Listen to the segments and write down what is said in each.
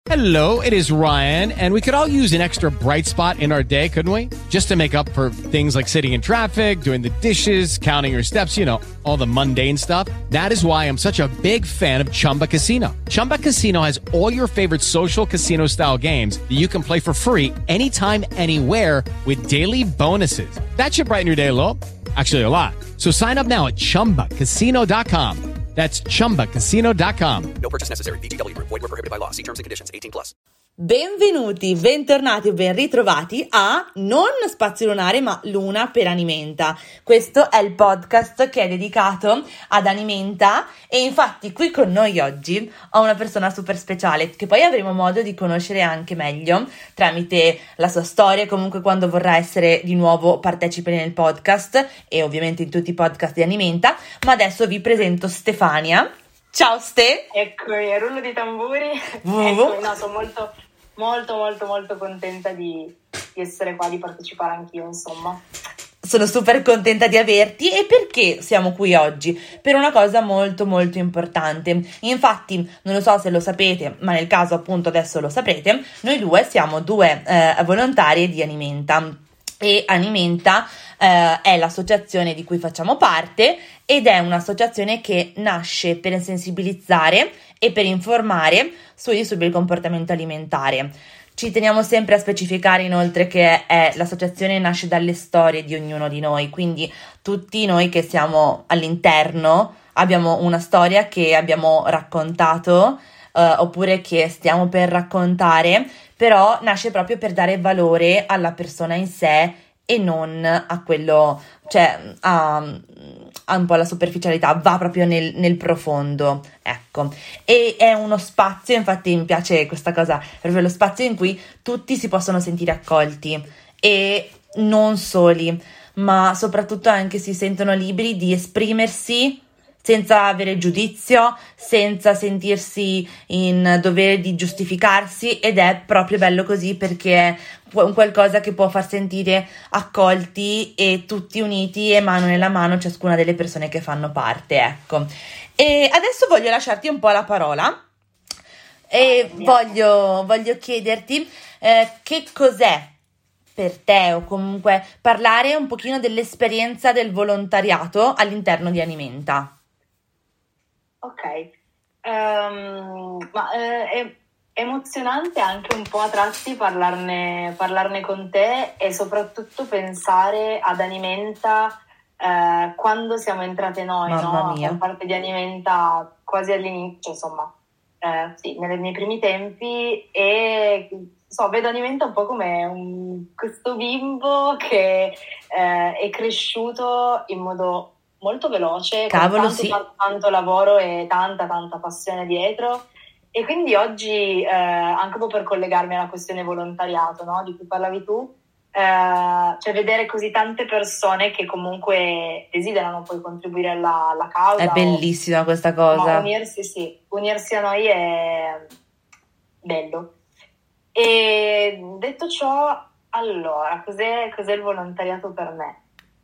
Hello, it is Ryan, and we could all use an extra bright spot in our day, couldn't we? Just to make up for things like sitting in traffic, doing the dishes, counting your steps, you know, all the mundane stuff. That is why I'm such a big fan of Chumba Casino. Chumba Casino has all your favorite social casino-style games that you can play for free anytime, anywhere with daily bonuses. That should brighten your day a little. Actually, a lot. So sign up now at ChumbaCasino.com. That's ChumbaCasino.com. No purchase necessary. VGW Group. Void where prohibited by law. See terms and conditions. 18+. Benvenuti, bentornati o ben ritrovati a non Spazio Lunare ma Luna per Animenta. Questo è il podcast che è dedicato ad Animenta e infatti qui con noi oggi ho una persona super speciale che poi avremo modo di conoscere anche meglio tramite la sua storia, comunque quando vorrà essere di nuovo partecipe nel podcast e ovviamente in tutti i podcast di Animenta. Ma adesso vi presento Stefania. Ciao Ste! Eccomi, rullo di tamburi. Eccomi, no, sono molto contenta di essere qua, di partecipare anch'io, insomma. Sono super contenta di averti. E perché siamo qui oggi? Per una cosa molto importante. Infatti, non lo so se lo sapete, ma nel caso appunto adesso lo saprete, noi due siamo due volontarie di Animenta. E Animenta è l'associazione di cui facciamo parte ed è un'associazione che nasce per sensibilizzare e per informare sui disturbi del comportamento alimentare. Ci teniamo sempre a specificare inoltre che l'associazione nasce dalle storie di ognuno di noi, quindi tutti noi che siamo all'interno abbiamo una storia che abbiamo raccontato oppure che stiamo per raccontare, però nasce proprio per dare valore alla persona in sé e non a quello, cioè a un po' la superficialità, va proprio nel profondo, ecco. E è uno spazio, infatti mi piace questa cosa, proprio lo spazio in cui tutti si possono sentire accolti e non soli, ma soprattutto anche si sentono liberi di esprimersi senza avere giudizio, senza sentirsi in dovere di giustificarsi, ed è proprio bello così perché è un qualcosa che può far sentire accolti e tutti uniti e mano nella mano ciascuna delle persone che fanno parte, ecco. E adesso voglio lasciarti un po' la parola e voglio chiederti che cos'è per te, o comunque parlare un pochino dell'esperienza del volontariato all'interno di Animenta. Ok, è emozionante anche un po' a tratti parlarne con te e soprattutto pensare ad Animenta quando siamo entrate noi, Mamma mia. A far parte di Animenta quasi all'inizio, insomma, sì, nei primi tempi, e vedo Animenta un po' come questo bimbo che è cresciuto in modo molto veloce, Cavolo, con sì. tanto lavoro e tanta passione dietro, e quindi oggi anche un po' per collegarmi alla questione volontariato, no, di cui parlavi tu, cioè vedere così tante persone che comunque desiderano poi contribuire alla causa, È bellissima questa cosa. Unirsi a noi è bello. E detto ciò, allora, cos'è il volontariato per me?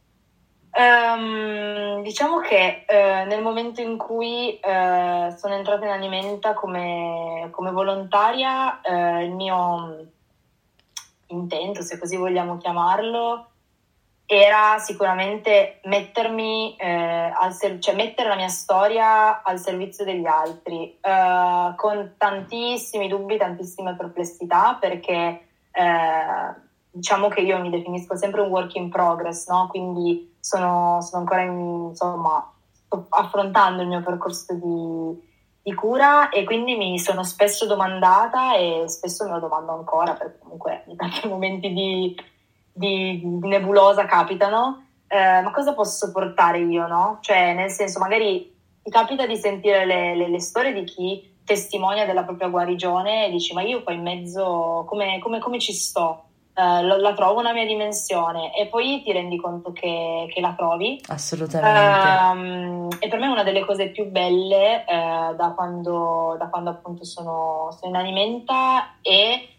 Diciamo che nel momento in cui sono entrata in Animenta come volontaria, il mio intento, se così vogliamo chiamarlo, era sicuramente mettermi mettere la mia storia al servizio degli altri, con tantissimi dubbi, tantissime perplessità, perché diciamo che io mi definisco sempre un work in progress, no? Quindi sono ancora sto affrontando il mio percorso di cura, e quindi mi sono spesso domandata, e spesso me lo domando ancora, perché comunque in tanti momenti di nebulosa capitano, ma cosa posso portare io, no? Cioè, nel senso, magari ti capita di sentire le storie di chi testimonia della propria guarigione e dici, ma io qua in mezzo come ci sto? La trovo una mia dimensione, e poi ti rendi conto che la trovi. Assolutamente. E per me è una delle cose più belle da quando appunto sono in Animenta, e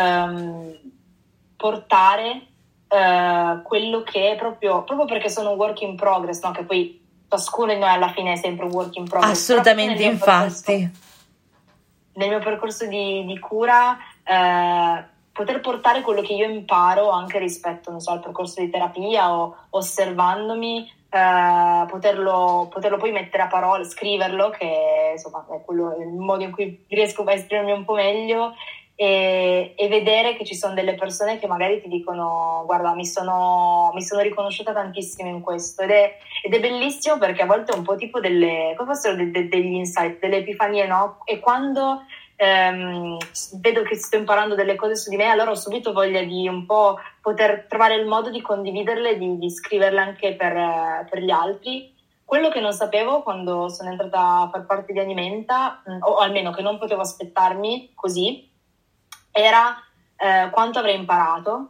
portare quello che è proprio perché sono un work in progress, no? Che poi ciascuno di noi alla fine è sempre un work in progress. Assolutamente, infatti. nel mio percorso di cura poter portare quello che io imparo anche rispetto, non so, al percorso di terapia o osservandomi, poterlo poi mettere a parole, scriverlo, che insomma è quello il modo in cui riesco a esprimermi un po' meglio, e vedere che ci sono delle persone che magari ti dicono guarda mi sono riconosciuta tantissimo in questo, ed è bellissimo, perché a volte è un po' tipo come fossero degli insight, delle epifanie, no? E quando vedo che sto imparando delle cose su di me, allora ho subito voglia di un po' poter trovare il modo di condividerle, di scriverle anche per gli altri. Quello che non sapevo quando sono entrata a far parte di Animenta, o almeno che non potevo aspettarmi così, era quanto avrei imparato,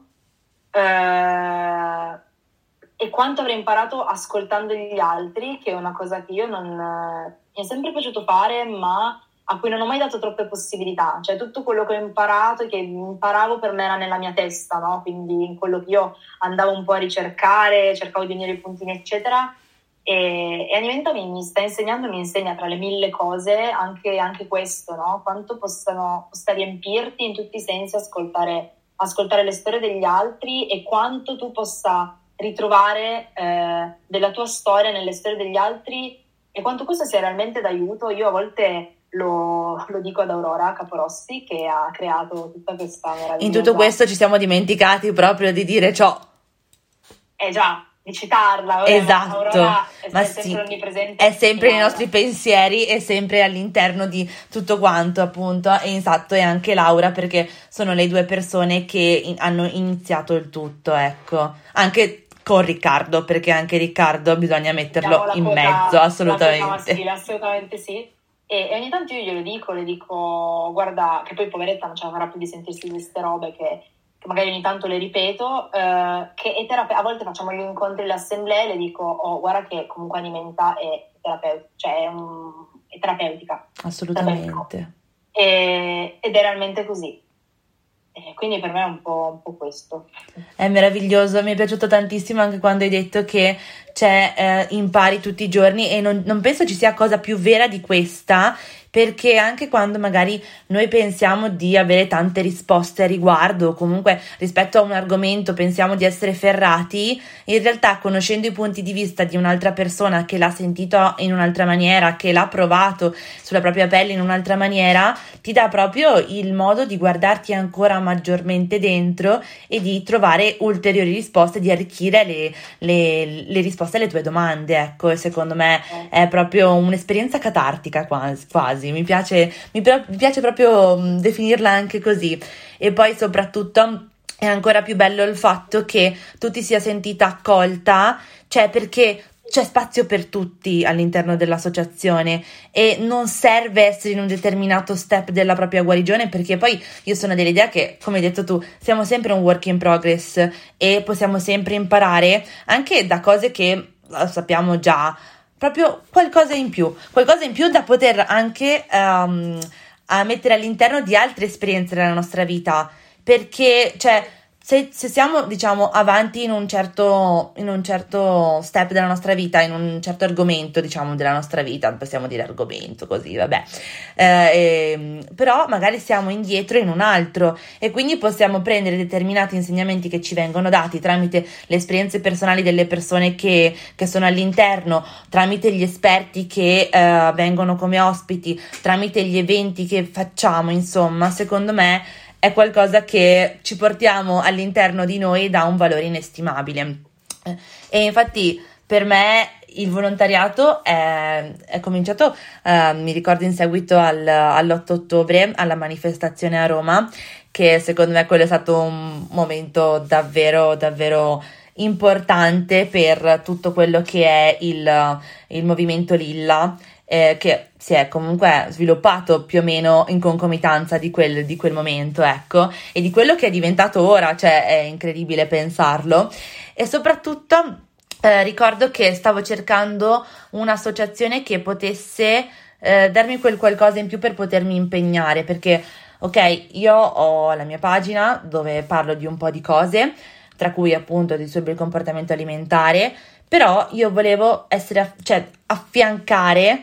e quanto avrei imparato ascoltando gli altri, che è una cosa che io non mi è sempre piaciuto fare, ma a cui non ho mai dato troppe possibilità. Cioè tutto quello che ho imparato e che imparavo per me era nella mia testa, no? Quindi in quello che io andavo un po' a ricercare, cercavo di unire i puntini eccetera, e Animenta mi sta insegnando, mi insegna tra le 1000 cose anche questo, no? Quanto possa riempirti in tutti i sensi ascoltare le storie degli altri, e quanto tu possa ritrovare della tua storia nelle storie degli altri, e quanto questo sia realmente d'aiuto. Io a volte lo dico ad Aurora Caporossi, che ha creato tutta questa meravigliosa... In tutto questo ci siamo dimenticati proprio di dire ciò. Già, di citarla. Esatto, Aurora ma sempre sì, onnipresente. è sempre nei nostri pensieri, è sempre all'interno di tutto quanto, appunto, e esatto, e anche Laura, perché sono le due persone che hanno iniziato il tutto, ecco, anche con Riccardo, perché anche Riccardo bisogna metterlo in mezzo, assolutamente. Assolutamente sì. E ogni tanto io le dico guarda, che poi poveretta non ce la farà più di sentirsi queste robe che magari ogni tanto le ripeto, che è a volte facciamo gli incontri, le assemblee, le dico guarda che comunque Animenta è è terapeutica. Assolutamente. Ed è realmente così. Quindi per me è un po' questo. È meraviglioso, mi è piaciuto tantissimo anche quando hai detto che impari tutti i giorni, e non penso ci sia cosa più vera di questa, perché anche quando magari noi pensiamo di avere tante risposte a riguardo, o comunque rispetto a un argomento pensiamo di essere ferrati, in realtà conoscendo i punti di vista di un'altra persona che l'ha sentito in un'altra maniera, che l'ha provato sulla propria pelle in un'altra maniera, ti dà proprio il modo di guardarti ancora maggiormente dentro e di trovare ulteriori risposte, di arricchire le risposte alle tue domande, ecco. E secondo me è proprio un'esperienza catartica quasi. Mi piace proprio definirla anche così. E poi soprattutto è ancora più bello il fatto che tu ti sia sentita accolta, cioè perché c'è spazio per tutti all'interno dell'associazione, e non serve essere in un determinato step della propria guarigione, perché poi io sono dell'idea che, come hai detto tu, siamo sempre un work in progress e possiamo sempre imparare anche da cose che sappiamo già, proprio qualcosa in più da poter anche a mettere all'interno di altre esperienze della nostra vita, perché cioè se siamo, diciamo, avanti in un certo step della nostra vita, in un certo argomento, diciamo, della nostra vita, possiamo dire argomento così, vabbè, però magari siamo indietro in un altro, e quindi possiamo prendere determinati insegnamenti che ci vengono dati tramite le esperienze personali delle persone che sono all'interno, tramite gli esperti che vengono come ospiti, tramite gli eventi che facciamo, insomma, secondo me è qualcosa che ci portiamo all'interno di noi e dà un valore inestimabile. E infatti per me il volontariato è cominciato, mi ricordo, in seguito all'8 ottobre, alla manifestazione a Roma, che secondo me quello è stato un momento davvero, davvero importante per tutto quello che è il movimento Lilla, che si è comunque sviluppato più o meno in concomitanza di quel momento, ecco, e di quello che è diventato ora, cioè è incredibile pensarlo. E soprattutto ricordo che stavo cercando un'associazione che potesse darmi quel qualcosa in più per potermi impegnare, perché ok, io ho la mia pagina dove parlo di un po' di cose, tra cui appunto disturbi il comportamento alimentare, però io volevo affiancare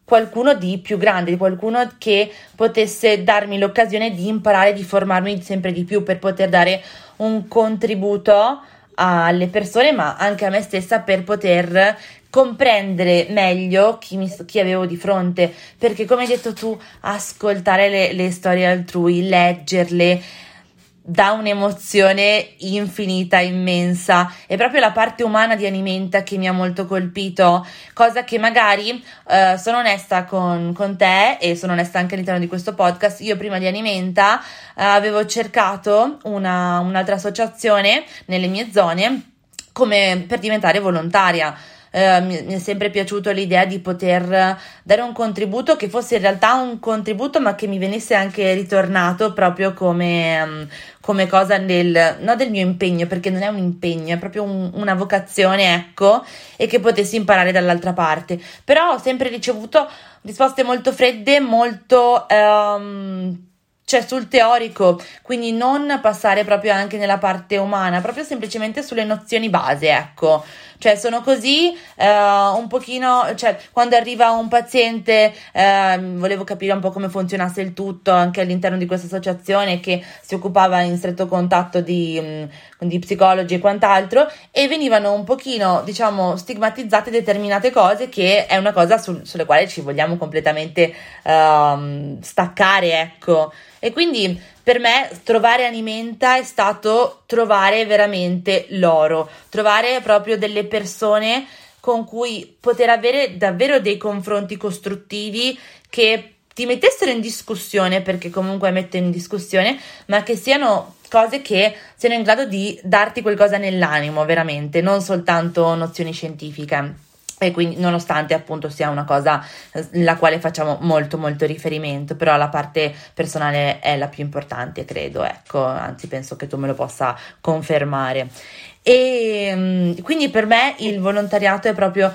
qualcuno di più grande, di qualcuno che potesse darmi l'occasione di imparare, di formarmi sempre di più per poter dare un contributo alle persone, ma anche a me stessa, per poter comprendere meglio chi avevo di fronte, perché come hai detto tu, ascoltare le storie altrui, leggerle, dà un'emozione infinita, immensa. È proprio la parte umana di Animenta che mi ha molto colpito, cosa che magari, sono onesta con te e sono onesta anche all'interno di questo podcast, io prima di Animenta avevo cercato un'altra associazione nelle mie zone come per diventare volontaria. Mi è sempre piaciuto l'idea di poter dare un contributo che fosse in realtà un contributo, ma che mi venisse anche ritornato proprio come cosa no, del mio impegno, perché non è un impegno, è proprio una vocazione, ecco, e che potessi imparare dall'altra parte. Però ho sempre ricevuto risposte molto fredde, molto cioè sul teorico, quindi non passare proprio anche nella parte umana, proprio semplicemente sulle nozioni base, ecco. Cioè sono così, un pochino, cioè quando arriva un paziente, volevo capire un po' come funzionasse il tutto anche all'interno di questa associazione che si occupava in stretto contatto di psicologi e quant'altro, e venivano un pochino, diciamo, stigmatizzate determinate cose, che è una cosa sulle quali ci vogliamo completamente staccare, ecco. E quindi per me trovare Animenta è stato trovare veramente l'oro, trovare proprio delle persone con cui poter avere davvero dei confronti costruttivi che ti mettessero in discussione, perché comunque mettono in discussione, ma che siano cose che siano in grado di darti qualcosa nell'animo, veramente, non soltanto nozioni scientifiche. E quindi, nonostante appunto sia una cosa la quale facciamo molto molto riferimento, però la parte personale è la più importante, credo, ecco, anzi penso che tu me lo possa confermare. E quindi per me il volontariato è proprio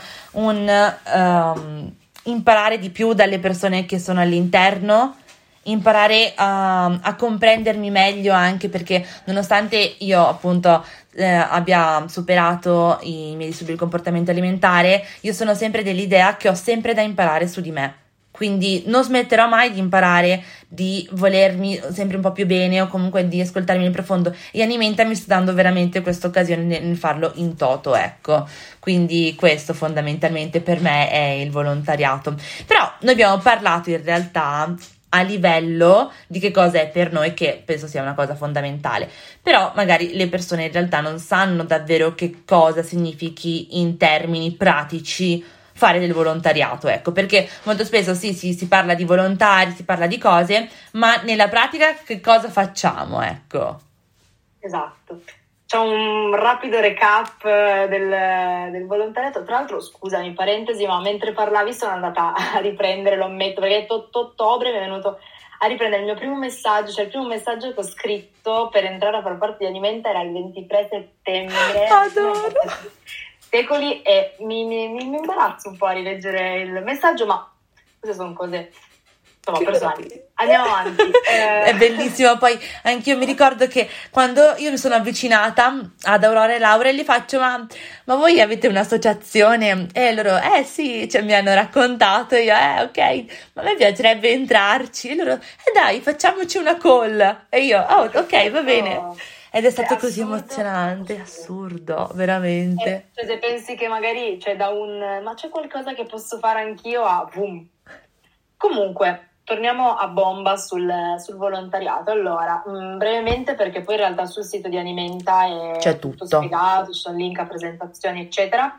imparare di più dalle persone che sono all'interno, imparare a comprendermi meglio, anche perché nonostante io appunto abbia superato i miei disturbi del comportamento alimentare, io sono sempre dell'idea che ho sempre da imparare su di me, quindi non smetterò mai di imparare, di volermi sempre un po' più bene, o comunque di ascoltarmi nel profondo, e Animenta mi sta dando veramente questa occasione nel farlo in toto, ecco. Quindi questo fondamentalmente per me è il volontariato. Però noi abbiamo parlato in realtà a livello di che cosa è per noi, che penso sia una cosa fondamentale, però magari le persone in realtà non sanno davvero che cosa significhi in termini pratici fare del volontariato, ecco, perché molto spesso sì, si parla di volontari, si parla di cose, ma nella pratica che cosa facciamo, ecco. Esatto. C'è un rapido recap del volontariato. Tra l'altro, scusami, parentesi, ma mentre parlavi sono andata a riprendere, lo ammetto, perché 8 ottobre mi è venuto a riprendere il mio primo messaggio, cioè il primo messaggio che ho scritto per entrare a far parte di Animenta era il 23 settembre. Adoro! Secoli, e mi imbarazzo un po' a rileggere il messaggio, ma queste sono cose personali. Andiamo avanti. È bellissimo. Poi anch'io mi ricordo che quando io mi sono avvicinata ad Aurora e Laura e gli faccio ma voi avete un'associazione? E loro sì, cioè, mi hanno raccontato, io ok, ma a me piacerebbe entrarci, e loro dai, facciamoci una call, e io ok, va bene. Ed è stato così emozionante, assurdo, veramente. Cioè, se pensi che magari c'è ma c'è qualcosa che posso fare anch'io, boom. Comunque, torniamo a bomba sul volontariato. Allora, brevemente, perché poi in realtà sul sito di Animenta è tutto spiegato, ci sono link a presentazioni, eccetera,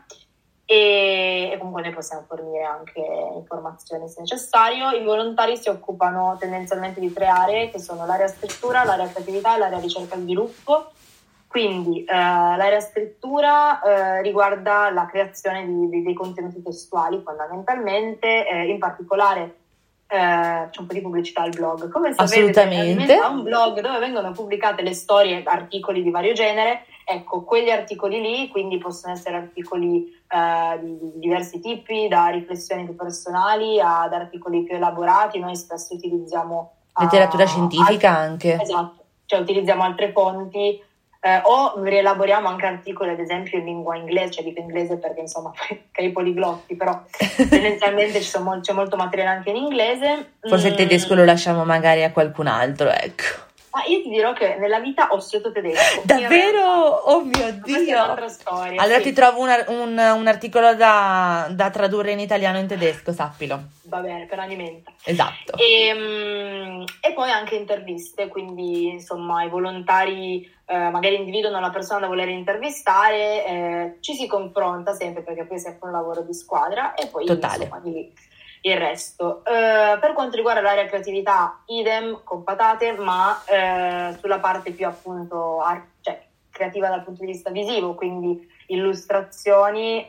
e comunque noi possiamo fornire anche informazioni se necessario. I volontari si occupano tendenzialmente di 3 aree, che sono l'area scrittura, l'area creatività e l'area ricerca e sviluppo. Quindi l'area scrittura riguarda la creazione dei contenuti testuali fondamentalmente, in particolare c'è un po' di pubblicità al blog. Come sapete, Animenta è un blog dove vengono pubblicate le storie, articoli di vario genere. Ecco, quegli articoli lì, quindi possono essere articoli di diversi tipi, da riflessioni più personali ad articoli più elaborati. Noi spesso utilizziamo letteratura scientifica anche. Esatto, cioè utilizziamo altre fonti o rielaboriamo anche articoli ad esempio in lingua inglese, cioè dico inglese perché insomma che i poliglotti, però tendenzialmente c'è molto materiale anche in inglese. Forse il tedesco lo lasciamo magari a qualcun altro, ecco. Ma io ti dirò che nella vita ho studiato tedesco. Davvero? Oh mio Dio! Questa è un'altra storia. Allora sì. ti trovo un articolo da tradurre in italiano e in tedesco, sappilo. Va bene, per Animenta. Esatto. E poi anche interviste, quindi insomma i volontari magari individuano la persona da voler intervistare, ci si confronta sempre perché poi è sempre un lavoro di squadra e poi Totale. insomma il resto. Per quanto riguarda l'area creatività, idem con patate, ma sulla parte più appunto cioè, creativa dal punto di vista visivo, quindi illustrazioni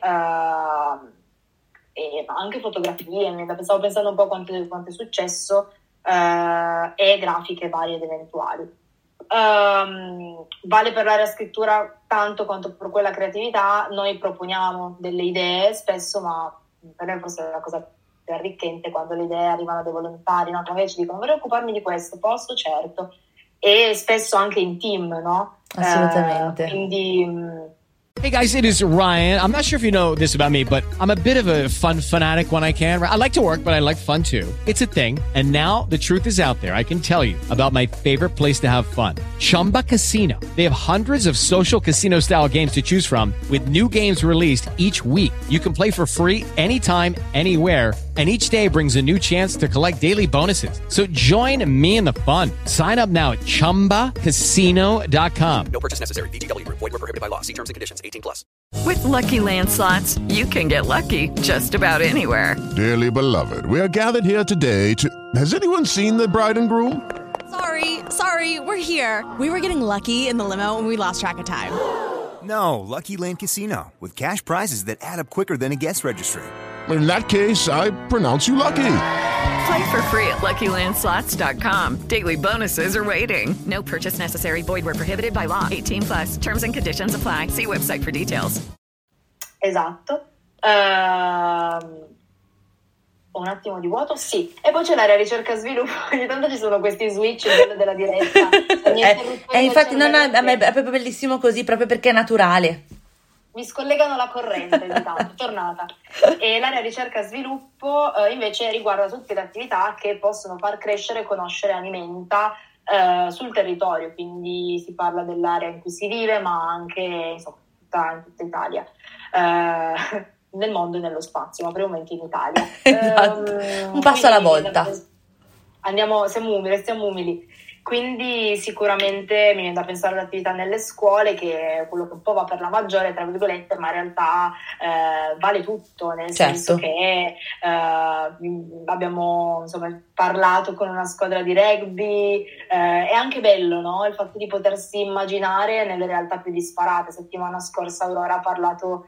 e anche fotografie, stavo pensando un po' quanto è successo, e grafiche varie ed eventuali. Vale per l'area scrittura tanto quanto per quella creatività. Noi proponiamo delle idee spesso, ma per me forse è la cosa più arricchente quando le idee arrivano dai volontari, no? Che magari ci dicono vorrei occuparmi di questo, posso? Certo. E spesso anche in team, no? Assolutamente. Quindi Hey guys, it is Ryan. I'm not sure if you know this about me, but I'm a bit of a fun fanatic when I can. I like to work, but I like fun too. It's a thing. And now the truth is out there. I can tell you about my favorite place to have fun. Chumba Casino. They have hundreds of social casino style games to choose from with new games released each week. You can play for free anytime, anywhere. And each day brings a new chance to collect daily bonuses. So join me in the fun. Sign up now at ChumbaCasino.com. No purchase necessary. VGW Group. Void were prohibited by law. See terms and conditions. 18+. With Lucky Land Slots, you can get lucky just about anywhere. Dearly beloved, we are gathered here today to... Has anyone seen the bride and groom? Sorry, we're here. We were getting lucky in the limo and we lost track of time. No, Lucky Land Casino, with cash prizes that add up quicker than a guest registry. In that case, I pronounce you lucky. Play for free at LuckyLandSlots.com. Daily bonuses are waiting. No purchase necessary. Void where prohibited by law. 18+. Terms and conditions apply. See website for details. esatto. Un attimo di vuoto, sì. E poi c'è l'area ricerca e sviluppo. Ogni tanto ci sono questi switch della diretta. Infatti a me è proprio bellissimo così, proprio perché è naturale. Mi scollegano la corrente, intanto, tornata. E l'area ricerca e sviluppo invece riguarda tutte le attività che possono far crescere e conoscere Animenta sul territorio, quindi si parla dell'area in cui si vive, ma anche insomma, in tutta Italia, nel mondo e nello spazio, ma per il momento in Italia. Esatto. Un passo alla volta. Restiamo umili. Quindi sicuramente mi viene da pensare all'attività nelle scuole, che è quello che un po' va per la maggiore, tra virgolette, ma in realtà vale tutto, nel senso che abbiamo parlato con una squadra di rugby, è anche bello, no? Il fatto di potersi immaginare nelle realtà più disparate. Settimana scorsa Aurora ha parlato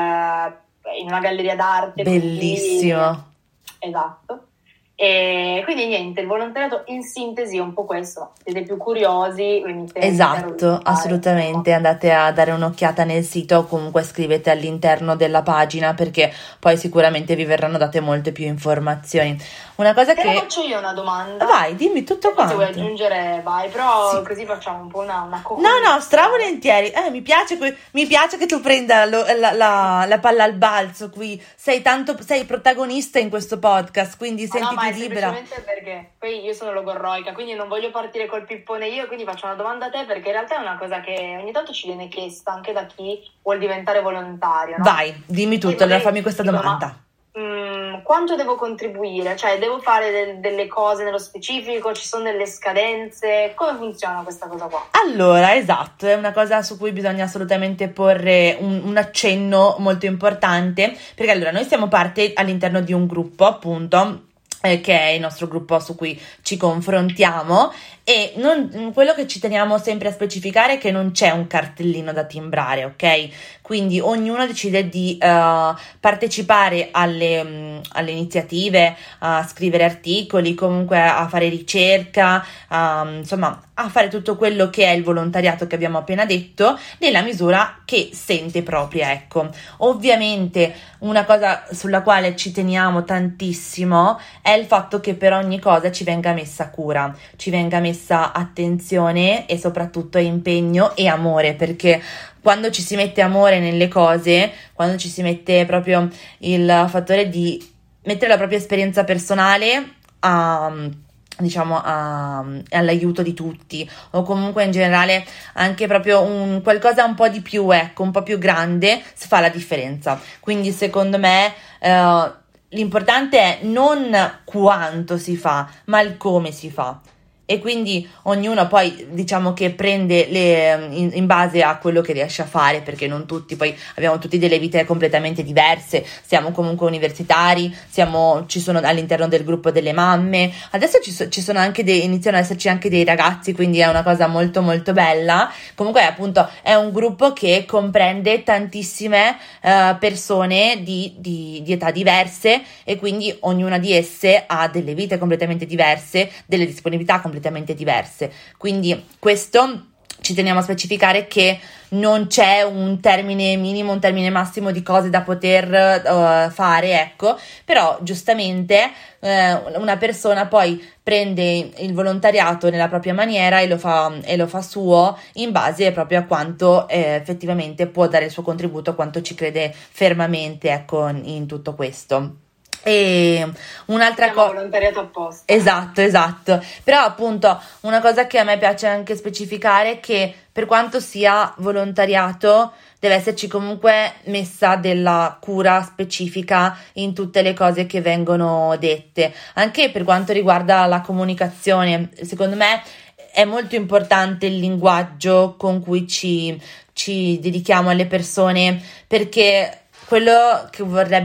in una galleria d'arte. Bellissimo. Esatto. E quindi niente, il volontariato in sintesi è un po' questo. Siete più curiosi, esatto, assolutamente, andate a dare un'occhiata nel sito o comunque scrivete all'interno della pagina, perché poi sicuramente vi verranno date molte più informazioni. Una cosa che faccio io una domanda. Vai, dimmi tutto quanto. Se vuoi aggiungere vai, però sì. Così facciamo un po' una No, stravolentieri. Mi piace che tu prenda la palla al balzo qui. Sei protagonista in questo podcast, quindi sentiti libera. Semplicemente perché poi io sono logorroica, quindi non voglio partire col pippone io, quindi faccio una domanda a te, perché in realtà è una cosa che ogni tanto ci viene chiesta anche da chi vuol diventare volontario, no? Vai, dimmi tutto, allora fammi questa domanda. Quanto devo contribuire? Cioè, devo fare delle cose nello specifico? Ci sono delle scadenze? Come funziona questa cosa qua? Allora, esatto, è una cosa su cui bisogna assolutamente porre un accenno molto importante, perché allora noi siamo parte all'interno di un gruppo, appunto, che è il nostro gruppo su cui ci confrontiamo, e quello che ci teniamo sempre a specificare è che non c'è un cartellino da timbrare, ok? Quindi ognuno decide di partecipare alle iniziative, a scrivere articoli, comunque a fare ricerca, insomma a fare tutto quello che è il volontariato che abbiamo appena detto, nella misura che sente propria, ecco. Ovviamente una cosa sulla quale ci teniamo tantissimo è il fatto che per ogni cosa ci venga messa cura, ci venga messa messa attenzione e soprattutto impegno e amore, perché quando ci si mette amore nelle cose, quando ci si mette proprio il fattore di mettere la propria esperienza personale all'aiuto di tutti, o comunque in generale anche proprio un qualcosa un po' di più, ecco, un po' più grande, si fa la differenza. Quindi secondo me l'importante è non quanto si fa, ma il come si fa. E quindi ognuno poi diciamo che prende in base a quello che riesce a fare, perché non tutti, poi abbiamo tutti delle vite completamente diverse, siamo comunque universitari, ci sono all'interno del gruppo delle mamme, adesso ci sono anche iniziano ad esserci anche dei ragazzi, quindi è una cosa molto molto bella. Comunque appunto è un gruppo che comprende tantissime persone di età diverse, e quindi ognuna di esse ha delle vite completamente diverse, delle disponibilità completamente diverse. Quindi questo ci teniamo a specificare, che non c'è un termine minimo, un termine massimo di cose da poter fare, ecco. Però giustamente una persona poi prende il volontariato nella propria maniera e lo fa suo, in base proprio a quanto effettivamente può dare il suo contributo, quanto ci crede fermamente, ecco, in tutto questo. E un'altra cosa, volontariato apposta. Esatto. Però appunto una cosa che a me piace anche specificare è che per quanto sia volontariato deve esserci comunque messa della cura specifica in tutte le cose che vengono dette, anche per quanto riguarda la comunicazione. Secondo me è molto importante il linguaggio con cui ci dedichiamo alle persone, perché quello che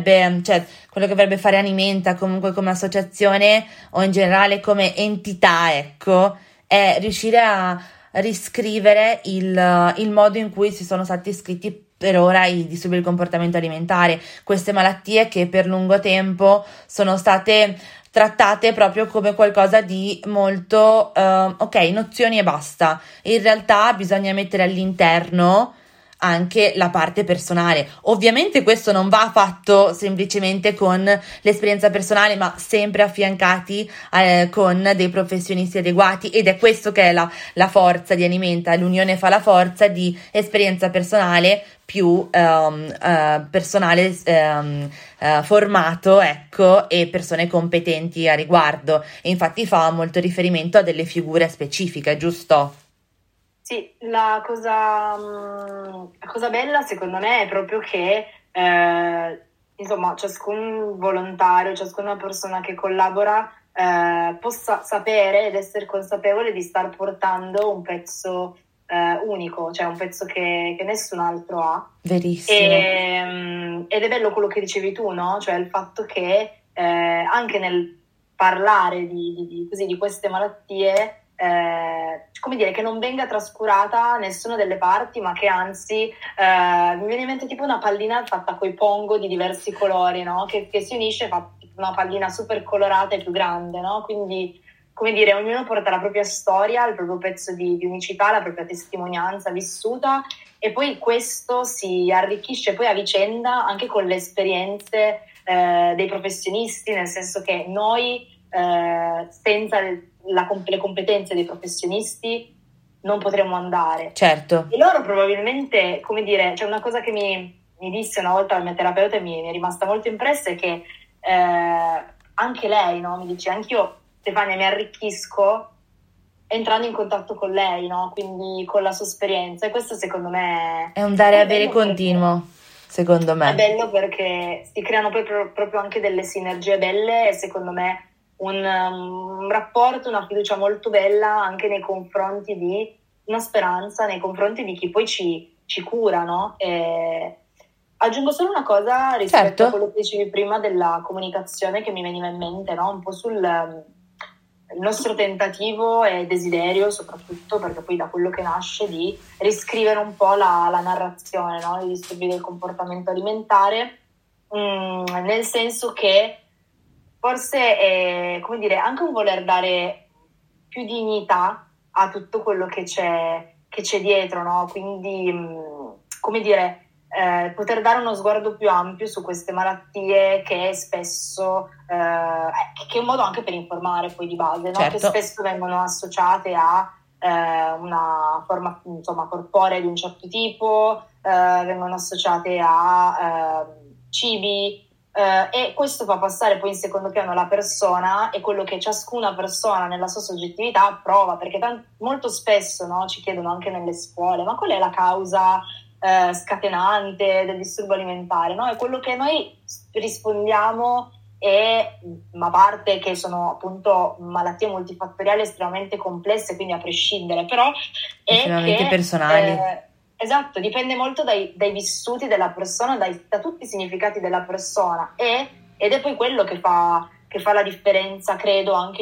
vorrebbe fare Animenta comunque come associazione, o in generale come entità, ecco, è riuscire a riscrivere il modo in cui si sono stati scritti per ora i disturbi del comportamento alimentare, queste malattie che per lungo tempo sono state trattate proprio come qualcosa di molto nozioni e basta. In realtà bisogna mettere all'interno anche la parte personale. Ovviamente questo non va fatto semplicemente con l'esperienza personale, ma sempre affiancati con dei professionisti adeguati, ed è questo che è la forza di Animenta. L'unione fa la forza di esperienza personale più personale formato, ecco, e persone competenti a riguardo, e infatti fa molto riferimento a delle figure specifiche, giusto? Sì, la cosa bella secondo me è proprio che insomma ciascun volontario, ciascuna persona che collabora possa sapere ed essere consapevole di star portando un pezzo unico, cioè un pezzo che nessun altro ha. Verissimo. Ed è bello quello che dicevi tu, no? Cioè il fatto che anche nel parlare di queste malattie, come dire, che non venga trascurata nessuna delle parti, ma che anzi mi viene in mente tipo una pallina fatta coi pongo di diversi colori, no? Che si unisce e fa una pallina super colorata e più grande, no? Quindi, come dire, ognuno porta la propria storia, il proprio pezzo di unicità, la propria testimonianza vissuta, e poi questo si arricchisce poi a vicenda anche con le esperienze dei professionisti, nel senso che noi senza le competenze dei professionisti non potremmo andare. Certo. E loro probabilmente, come dire, c'è una cosa che mi disse una volta la mia terapeuta e mi è rimasta molto impressa, è che anche lei, no, mi dice: anch'io, Stefania, mi arricchisco entrando in contatto con lei, no? Quindi con la sua esperienza, e questo secondo me è un dare e avere continuo, secondo me. È bello perché si creano poi proprio anche delle sinergie belle, e secondo me un rapporto, una fiducia molto bella anche nei confronti di una speranza, nei confronti di chi poi ci cura, no? E aggiungo solo una cosa rispetto a quello che dicevi prima della comunicazione, che mi veniva in mente, no? Un po' sul nostro tentativo e desiderio, soprattutto perché poi da quello che nasce, di riscrivere un po' la narrazione, no? Dei disturbi del comportamento alimentare, nel senso che forse è, come dire, anche un voler dare più dignità a tutto quello che c'è dietro, no? Quindi, come dire, poter dare uno sguardo più ampio su queste malattie che spesso, che è un modo anche per informare poi di base, no? Certo. Che spesso vengono associate a una forma insomma corporea di un certo tipo, vengono associate a cibi, e questo fa passare poi in secondo piano la persona e quello che ciascuna persona nella sua soggettività prova, perché molto spesso, no, ci chiedono anche nelle scuole, ma qual è la causa scatenante del disturbo alimentare, no? E quello che noi rispondiamo è, a parte che sono appunto malattie multifattoriali estremamente complesse, quindi a prescindere, però è estremamente che, personali. esatto, dipende molto dai vissuti della persona, da tutti i significati della persona, ed è poi quello che fa la differenza, credo, anche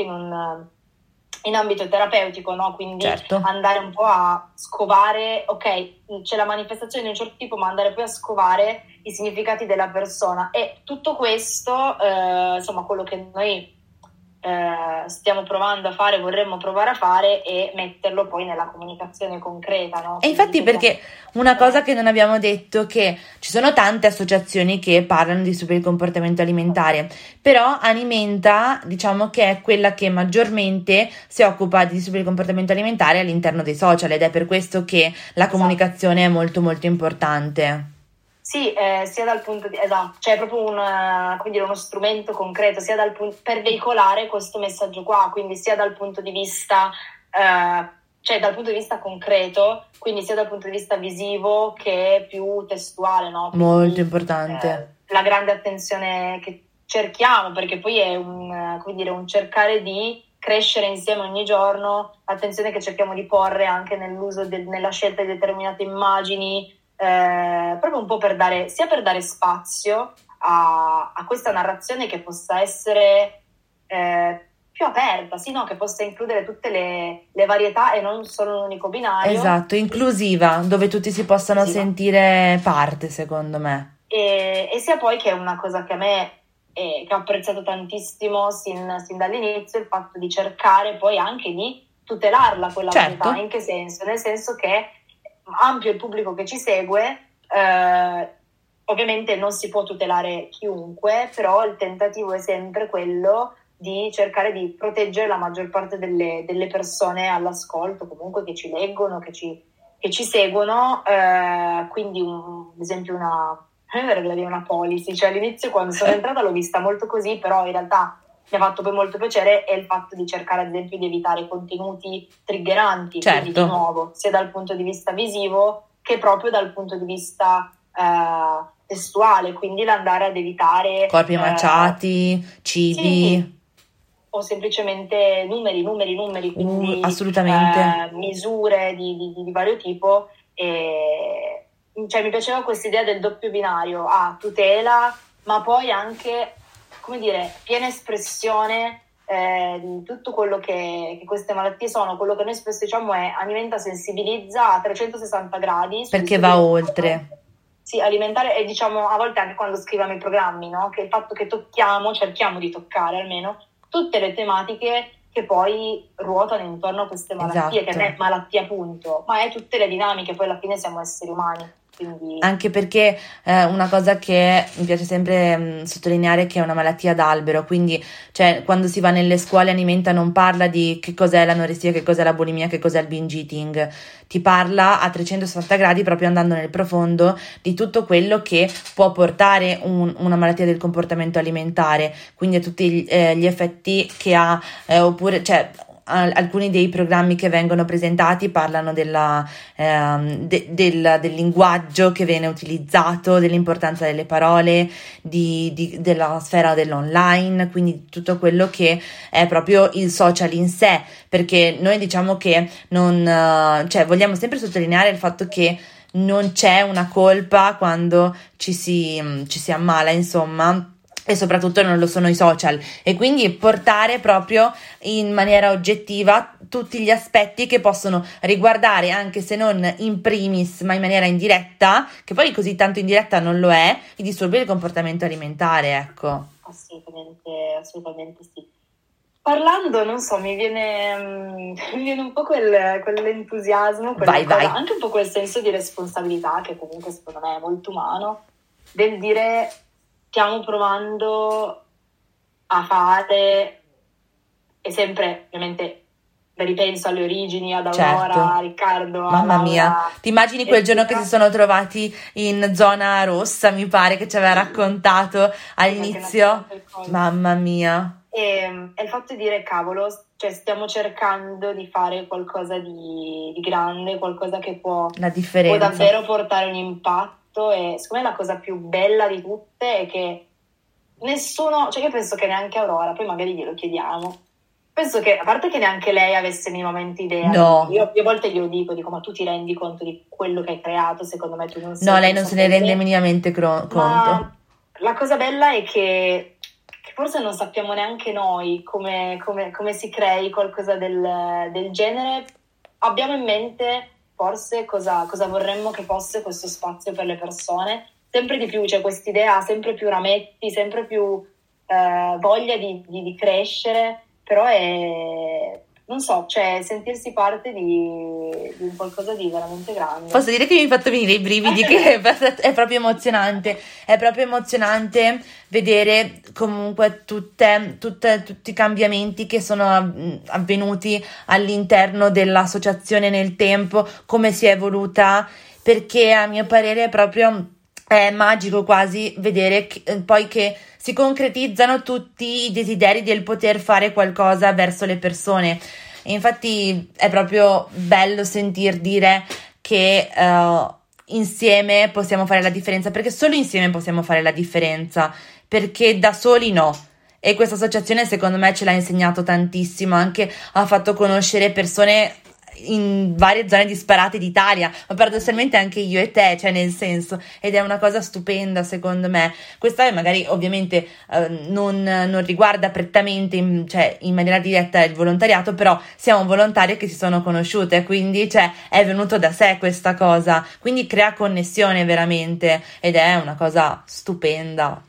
in ambito terapeutico, no? Quindi Certo. andare un po' a scovare, ok, c'è la manifestazione di un certo tipo, ma andare poi a scovare i significati della persona, e tutto questo, insomma, quello che noi stiamo provando a fare, vorremmo provare a fare, e metterlo poi nella comunicazione concreta, no? E infatti, perché una cosa che non abbiamo detto, che ci sono tante associazioni che parlano di disturbi del comportamento alimentare, però Animenta, diciamo che è quella che maggiormente si occupa di disturbi del comportamento alimentare all'interno dei social, ed è per questo che la comunicazione è molto molto importante. Sì, sia dal punto di esatto, cioè proprio come dire, uno strumento concreto, sia per veicolare questo messaggio qua, quindi sia dal punto di vista, cioè dal punto di vista concreto, quindi sia dal punto di vista visivo che più testuale, no? Quindi, Molto importante. La grande attenzione che cerchiamo, perché poi è come dire, un cercare di crescere insieme ogni giorno, l'attenzione che cerchiamo di porre anche nell'uso nella scelta di determinate immagini, proprio un po' per dare spazio a questa narrazione che possa essere più aperta, sì, no? Che possa includere tutte le varietà e non solo un unico binario. Esatto, inclusiva, dove tutti si possano sentire parte, secondo me. E sia poi che è una cosa che a me che ho apprezzato tantissimo sin dall'inizio, il fatto di cercare poi anche di tutelarla quella varietà. In che senso? Nel senso che ampio il pubblico che ci segue, ovviamente non si può tutelare chiunque, però il tentativo è sempre quello di cercare di proteggere la maggior parte delle persone all'ascolto, comunque che ci leggono, che ci seguono, quindi ad esempio una policy, cioè all'inizio quando sono entrata l'ho vista molto così, però in realtà mi ha fatto poi molto piacere, è il fatto di cercare ad esempio di evitare contenuti triggeranti, quindi di nuovo sia dal punto di vista visivo che proprio dal punto di vista testuale, quindi l'andare ad evitare corpi maciati, cibi, sì, o semplicemente numeri, quindi assolutamente misure di vario tipo, e cioè mi piaceva questa idea del doppio binario, tutela, ma poi anche, come dire, piena espressione di tutto quello che queste malattie sono. Quello che noi spesso diciamo è Animenta sensibilizza a 360 gradi. Perché va oltre. Sì, alimentare, e diciamo a volte anche quando scriviamo i programmi, no? Che il fatto che cerchiamo di toccare almeno tutte le tematiche che poi ruotano intorno a queste malattie, che non è malattia appunto, ma è tutte le dinamiche, poi alla fine siamo esseri umani. Quindi... Anche perché una cosa che mi piace sempre sottolineare, che è una malattia d'albero, quindi cioè quando si va nelle scuole Animenta non parla di che cos'è l'anoressia, che cos'è la bulimia, che cos'è il binge eating, ti parla a 360 gradi, proprio andando nel profondo di tutto quello che può portare una malattia del comportamento alimentare, quindi a tutti gli effetti che ha, oppure cioè alcuni dei programmi che vengono presentati parlano del linguaggio che viene utilizzato, dell'importanza delle parole, della sfera dell'online, quindi tutto quello che è proprio il social in sé, perché noi diciamo che cioè vogliamo sempre sottolineare il fatto che non c'è una colpa quando ci si ammala, insomma, e soprattutto non lo sono i social, e quindi portare proprio in maniera oggettiva tutti gli aspetti che possono riguardare, anche se non in primis ma in maniera indiretta, che poi così tanto indiretta non lo è, i disturbi del comportamento alimentare, ecco. Assolutamente sì. Parlando, non so, mi viene un po' quell'entusiasmo, Vai. anche un po' quel senso di responsabilità che comunque secondo me è molto umano, del dire stiamo provando a fare, e sempre ovviamente ripenso alle origini, ad Aurora, Certo. a Riccardo, a Mamma Laura, mia, ti immagini quel giorno che si sono trovati in zona rossa, mi pare che ci aveva raccontato all'inizio? Mamma mia. E il fatto di dire, cavolo, cioè stiamo cercando di fare qualcosa di grande, qualcosa che può La differenza. davvero portare un impatto, e secondo me la cosa più bella di tutte è che nessuno, cioè io penso che neanche Aurora, poi magari glielo chiediamo, penso che, a parte che neanche lei avesse minimamente idea, No. io a volte glielo dico, ma tu ti rendi conto di quello che hai creato? Secondo me tu non sei No, lei non se ne consapevole. rende minimamente conto. Ma la cosa bella è che forse non sappiamo neanche noi come si crei qualcosa del genere. Abbiamo in mente forse cosa vorremmo che fosse questo spazio per le persone. Sempre di più, cioè quest'idea ha sempre più rametti, sempre più voglia di crescere, però è, non so, cioè sentirsi parte di un qualcosa di veramente grande. Posso dire che mi hai fatto venire i brividi, che è proprio emozionante. È proprio emozionante vedere comunque tutti i cambiamenti che sono avvenuti all'interno dell'associazione nel tempo, come si è evoluta, perché a mio parere è magico quasi vedere poi che si concretizzano tutti i desideri del poter fare qualcosa verso le persone. E infatti è proprio bello sentir dire che insieme possiamo fare la differenza, perché solo insieme possiamo fare la differenza, perché da soli no. E questa associazione secondo me ce l'ha insegnato tantissimo, anche ha fatto conoscere persone in varie zone disparate d'Italia, ma paradossalmente anche io e te, cioè nel senso, ed è una cosa stupenda secondo me. Questa magari ovviamente non riguarda prettamente in maniera diretta il volontariato, però siamo volontari che si sono conosciute, quindi è venuto da sé questa cosa, quindi crea connessione veramente, ed è una cosa stupenda,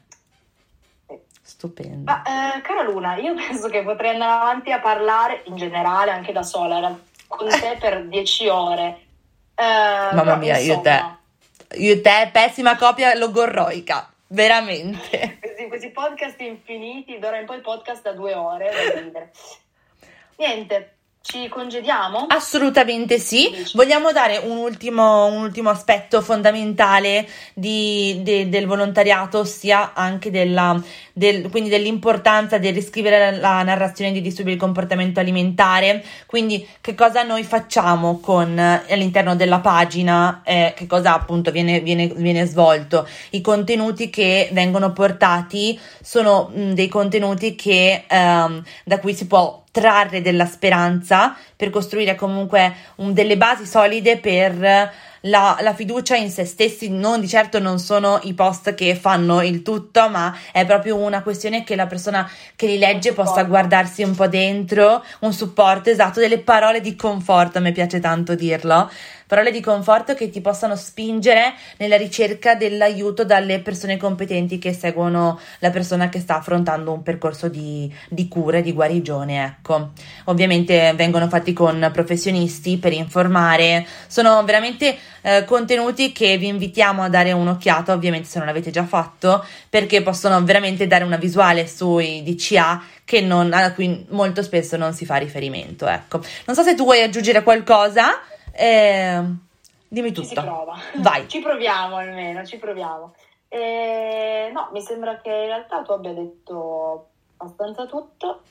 stupenda. Ma cara Luna, io penso che potrei andare avanti a parlare in generale anche da sola con te per 10 ore. Mamma mia, io e te, pessima copia logorroica, veramente. Questi podcast infiniti, d'ora in poi podcast da 2 ore, da ridere. Niente, ci congediamo? Assolutamente sì. Vogliamo dare un ultimo aspetto fondamentale del volontariato, ossia anche quindi dell'importanza del riscrivere la narrazione di disturbi del comportamento alimentare. Quindi che cosa noi facciamo all'interno della pagina, che cosa appunto viene svolto. I contenuti che vengono portati sono dei contenuti che da cui si può trarre della speranza per costruire comunque delle basi solide per la fiducia in se stessi. Non di certo non sono i post che fanno il tutto, ma è proprio una questione che la persona che li legge possa guardarsi un po' dentro, un supporto, esatto, delle parole di conforto, mi piace tanto dirlo, parole di conforto che ti possano spingere nella ricerca dell'aiuto dalle persone competenti che seguono la persona che sta affrontando un percorso di cura, di guarigione, ecco. Ovviamente vengono fatti con professionisti per informare, sono veramente contenuti che vi invitiamo a dare un'occhiata, ovviamente se non l'avete già fatto, perché possono veramente dare una visuale sui DCA a cui molto spesso non si fa riferimento, ecco. Non so se tu vuoi aggiungere qualcosa. Dimmi tutto. Ci si prova. Vai. Ci proviamo almeno, ci proviamo. No, mi sembra che in realtà tu abbia detto abbastanza tutto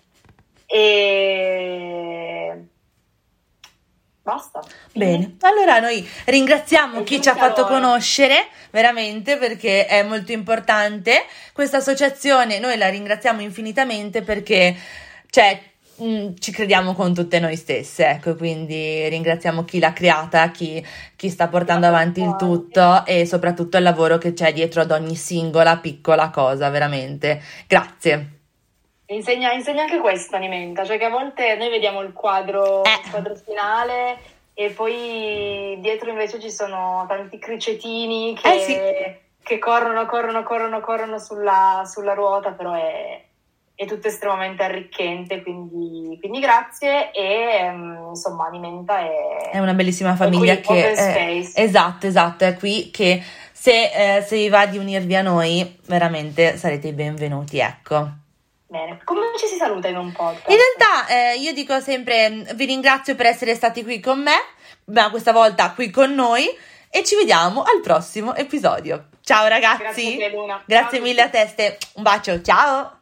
e basta. Bene, allora noi ringraziamo chi ci ha fatto conoscere veramente, perché è molto importante questa associazione. Noi la ringraziamo infinitamente perché ci crediamo con tutte noi stesse, ecco, quindi ringraziamo chi l'ha creata, chi sta portando avanti il tutto e soprattutto il lavoro che c'è dietro ad ogni singola piccola cosa, veramente. Grazie. Insegna anche questo Animenta, cioè che a volte noi vediamo il quadro finale e poi dietro invece ci sono tanti cricetini che corrono sulla ruota, però è è tutto estremamente arricchente, quindi grazie. E insomma Animenta è una bellissima famiglia è qui, che open space. Esatto, è qui che se vi va di unirvi a noi veramente sarete i benvenuti, ecco. Bene, come ci si saluta in un podcast? In realtà io dico sempre vi ringrazio per essere stati qui con me, ma questa volta qui con noi, e ci vediamo al prossimo episodio. Ciao ragazzi, Grazie, Luna. Grazie Ciao mille a te, un bacio, ciao.